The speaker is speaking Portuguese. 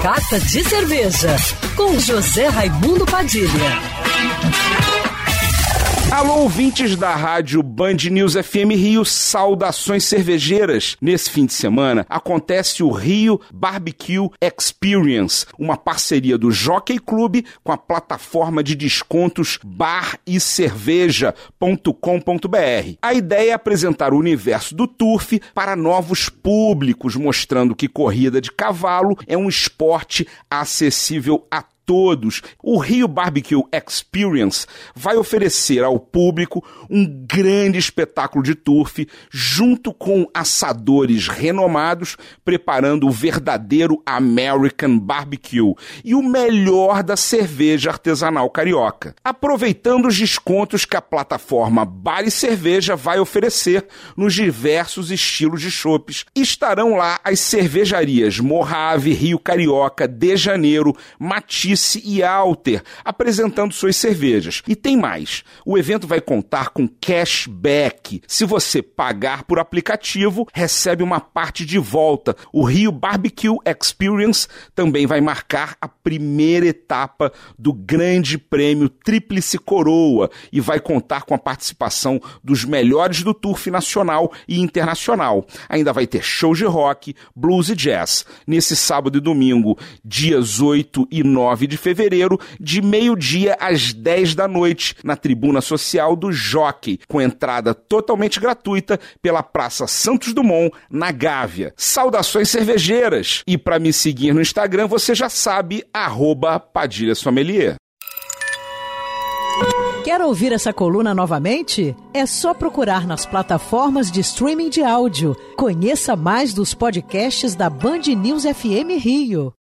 Carta de Cerveja, com José Raimundo Padilha. Alô, ouvintes da rádio Band News FM Rio, saudações cervejeiras. Nesse fim de semana acontece o Rio Barbecue Experience, uma parceria do Jockey Club com a plataforma de descontos baricerveja.com.br. A ideia é apresentar o universo do turf para novos públicos, mostrando que corrida de cavalo é um esporte acessível a todos. O Rio Barbecue Experience vai oferecer ao público um grande espetáculo de turf, junto com assadores renomados, preparando o verdadeiro American Barbecue e o melhor da cerveja artesanal carioca. Aproveitando os descontos que a plataforma Bar e Cerveja vai oferecer nos diversos estilos de chopes, estarão lá as cervejarias Mojave, Rio Carioca, De Janeiro, Matiz e Alter, apresentando suas cervejas. E tem mais, o evento vai contar com cashback. Se você pagar por aplicativo, recebe uma parte de volta. O Rio Barbecue Experience também vai marcar a primeira etapa do Grande Prêmio Tríplice Coroa e vai contar com a participação dos melhores do turf nacional e internacional. Ainda vai ter show de rock, blues e jazz. Nesse sábado e domingo, dias 8 e 9 de fevereiro, de meio-dia às 10 da noite, na tribuna social do Jockey, com entrada totalmente gratuita pela Praça Santos Dumont, na Gávea. Saudações cervejeiras! E para me seguir no Instagram, você já sabe, @Padilha Sommelier. Quer ouvir essa coluna novamente? É só procurar nas plataformas de streaming de áudio. Conheça mais dos podcasts da Band News FM Rio.